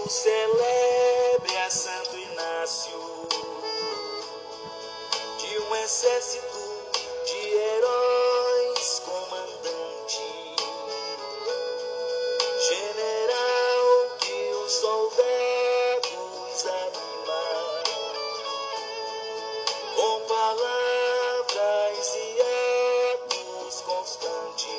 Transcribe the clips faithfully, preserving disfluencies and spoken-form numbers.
celebre a Santo Inácio, de um exército de heróis, comandante, general que os soldados anima, com palavras e atos constantes.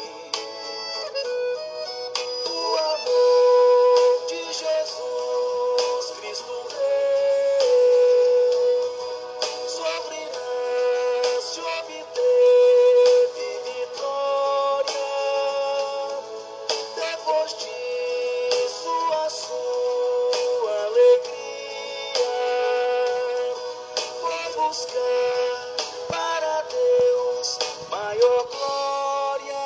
O amor de Jesus Cristo Rei sobre nós obteve vitória. Depois disso a sua alegria foi buscar para Deus maior glória.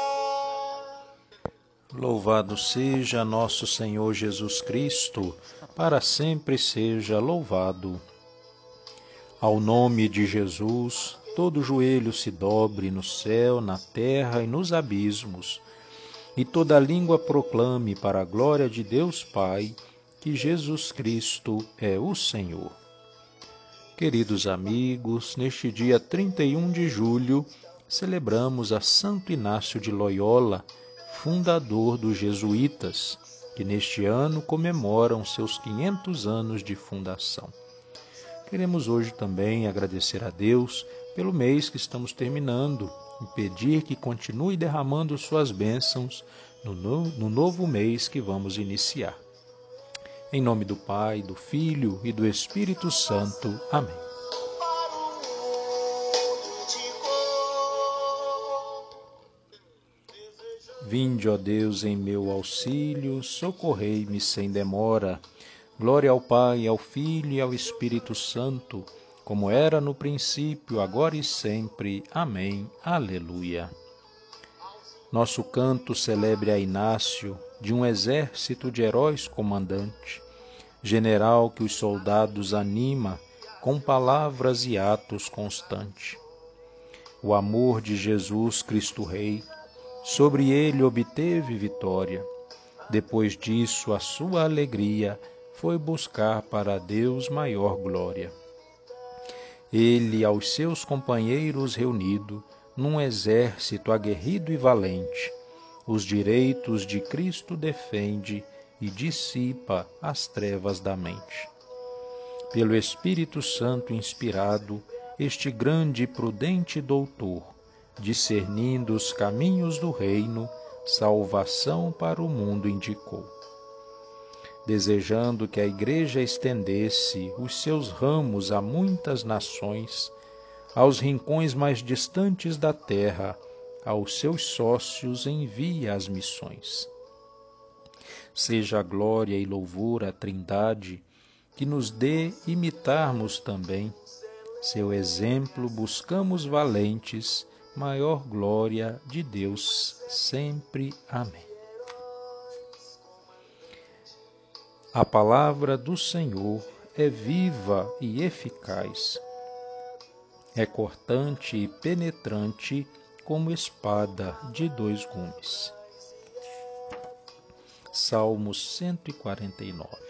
Louvado seja nosso Senhor Jesus Cristo, para sempre seja louvado. Ao nome de Jesus, todo joelho se dobre no céu, na terra e nos abismos, e toda língua proclame para a glória de Deus Pai, que Jesus Cristo é o Senhor. Queridos amigos, neste dia trinta e um de julho, celebramos a Santo Inácio de Loyola, fundador dos jesuítas, que neste ano comemoram seus quinhentos anos de fundação. Queremos hoje também agradecer a Deus pelo mês que estamos terminando e pedir que continue derramando suas bênçãos no, no, no novo mês que vamos iniciar. Em nome do Pai, do Filho e do Espírito Santo. Amém. Vinde, ó Deus, em meu auxílio, socorrei-me sem demora. Glória ao Pai, ao Filho e ao Espírito Santo, como era no princípio, agora e sempre. Amém. Aleluia. Nosso canto celebre a Inácio, de um exército de heróis comandante, general que os soldados anima, com palavras e atos constante. O amor de Jesus Cristo Rei, sobre ele obteve vitória. Depois disso, a sua alegria foi buscar para Deus maior glória. Ele, aos seus companheiros reunido, num exército aguerrido e valente, os direitos de Cristo defende e dissipa as trevas da mente. Pelo Espírito Santo inspirado, este grande e prudente doutor, discernindo os caminhos do reino, salvação para o mundo indicou. Desejando que a Igreja estendesse os seus ramos a muitas nações, aos rincões mais distantes da terra, aos seus sócios envia as missões. Seja glória e louvor à Trindade, que nos dê imitarmos também. Seu exemplo buscamos valentes, maior glória de Deus sempre. Amém. A palavra do Senhor é viva e eficaz, é cortante e penetrante como espada de dois gumes. Salmo cento e quarenta e nove.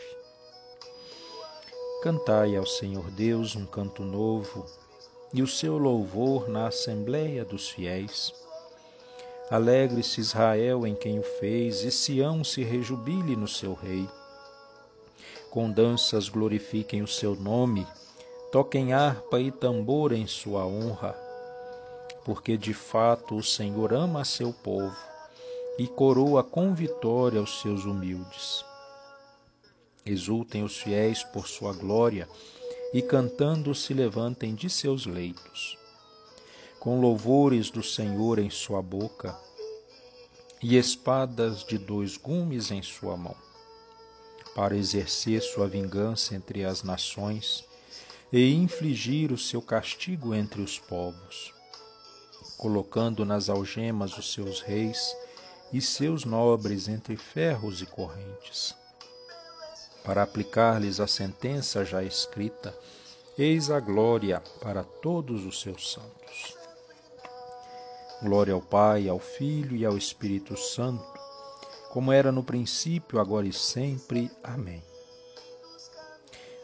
Cantai ao Senhor Deus um canto novo, e o seu louvor na assembleia dos fiéis. Alegre-se Israel em quem o fez, e Sião se rejubile no seu rei. Com danças glorifiquem o seu nome, toquem harpa e tambor em sua honra, porque de fato o Senhor ama a seu povo e coroa com vitória os seus humildes. Exultem os fiéis por sua glória e cantando se levantem de seus leitos, com louvores do Senhor em sua boca e espadas de dois gumes em sua mão, para exercer sua vingança entre as nações e infligir o seu castigo entre os povos, colocando nas algemas os seus reis e seus nobres entre ferros e correntes, para aplicar-lhes a sentença já escrita. Eis a glória para todos os seus santos. Glória ao Pai, ao Filho e ao Espírito Santo, como era no princípio, agora e sempre. Amém.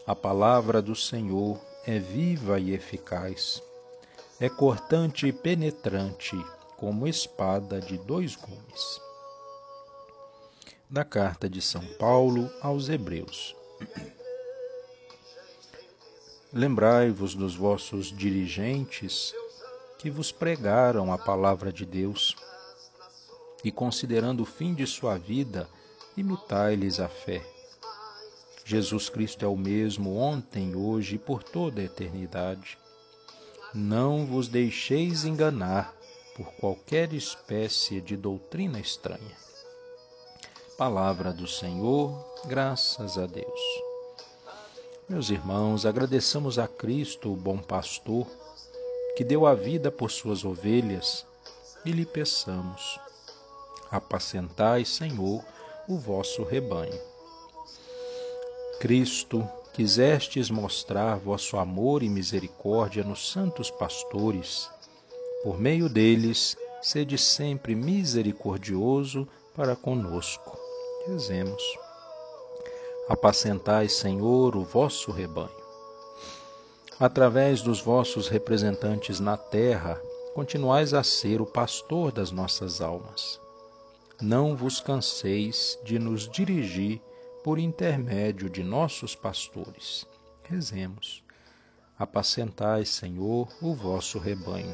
A palavra do Senhor é viva e eficaz, é cortante e penetrante, como espada de dois gumes. Da carta de São Paulo aos Hebreus. Lembrai-vos dos vossos dirigentes que vos pregaram a palavra de Deus, e considerando o fim de sua vida, imitai-lhes a fé. Jesus Cristo é o mesmo ontem, hoje e por toda a eternidade. Não vos deixeis enganar por qualquer espécie de doutrina estranha. Palavra do Senhor, graças a Deus. Meus irmãos, agradeçamos a Cristo, o bom pastor, que deu a vida por suas ovelhas, e lhe peçamos: apacentai, Senhor, o vosso rebanho. Cristo, quisestes mostrar vosso amor e misericórdia nos santos pastores. Por meio deles, sede sempre misericordioso para conosco. Rezemos. Apacentai, Senhor, o vosso rebanho. Através dos vossos representantes na terra, continuais a ser o pastor das nossas almas. Não vos canseis de nos dirigir por intermédio de nossos pastores. Rezemos. Apacentai, Senhor, o vosso rebanho.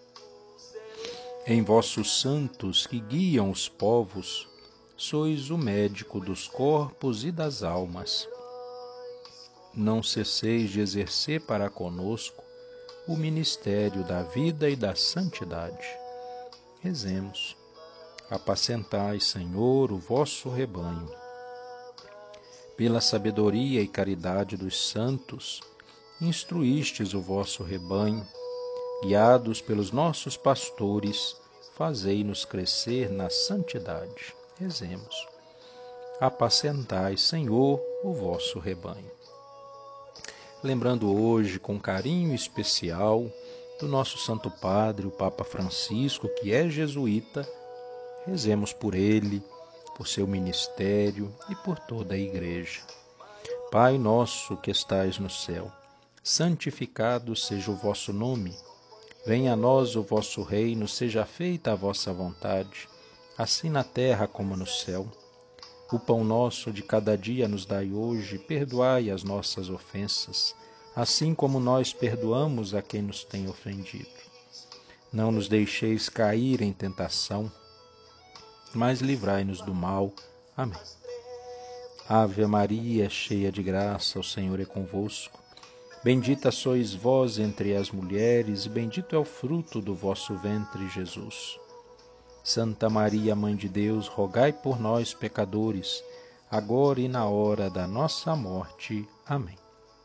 Em vossos santos que guiam os povos, sois o médico dos corpos e das almas. Não cesseis de exercer para conosco o ministério da vida e da santidade. Rezemos. Apacentai, Senhor, o vosso rebanho. Pela sabedoria e caridade dos santos, instruístes o vosso rebanho, guiados pelos nossos pastores, fazei-nos crescer na santidade. Rezemos. Apacentai, Senhor, o vosso rebanho. Lembrando hoje, com carinho especial, do nosso Santo Padre, o Papa Francisco, que é jesuíta, rezemos por ele, por seu ministério e por toda a Igreja. Pai nosso que estais no céu, santificado seja o vosso nome. Venha a nós o vosso reino, seja feita a vossa vontade, assim na terra como no céu. O pão nosso de cada dia nos dai hoje, perdoai as nossas ofensas, assim como nós perdoamos a quem nos tem ofendido. Não nos deixeis cair em tentação, mas livrai-nos do mal. Amém. Ave Maria, cheia de graça, o Senhor é convosco. Bendita sois vós entre as mulheres, e bendito é o fruto do vosso ventre, Jesus. Santa Maria, Mãe de Deus, rogai por nós, pecadores, agora e na hora da nossa morte. Amém.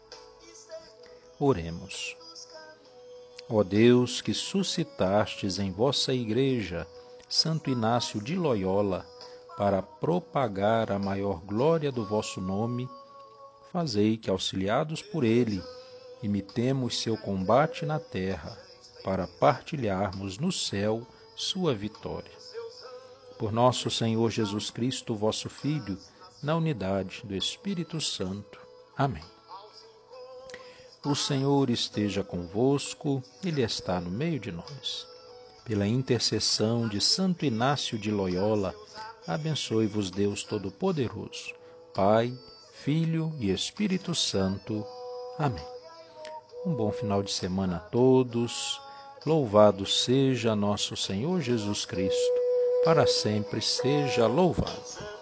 Oremos. Ó Deus, que suscitastes em vossa Igreja Santo Inácio de Loyola, para propagar a maior glória do vosso nome, fazei que, auxiliados por ele, imitemos seu combate na terra, para partilharmos no céu sua vitória. Por nosso Senhor Jesus Cristo, vosso Filho, na unidade do Espírito Santo. Amém. O Senhor esteja convosco, Ele está no meio de nós. Pela intercessão de Santo Inácio de Loyola, abençoe-vos Deus Todo-Poderoso, Pai, Filho e Espírito Santo. Amém. Um bom final de semana a todos. Louvado seja nosso Senhor Jesus Cristo. Para sempre seja louvado.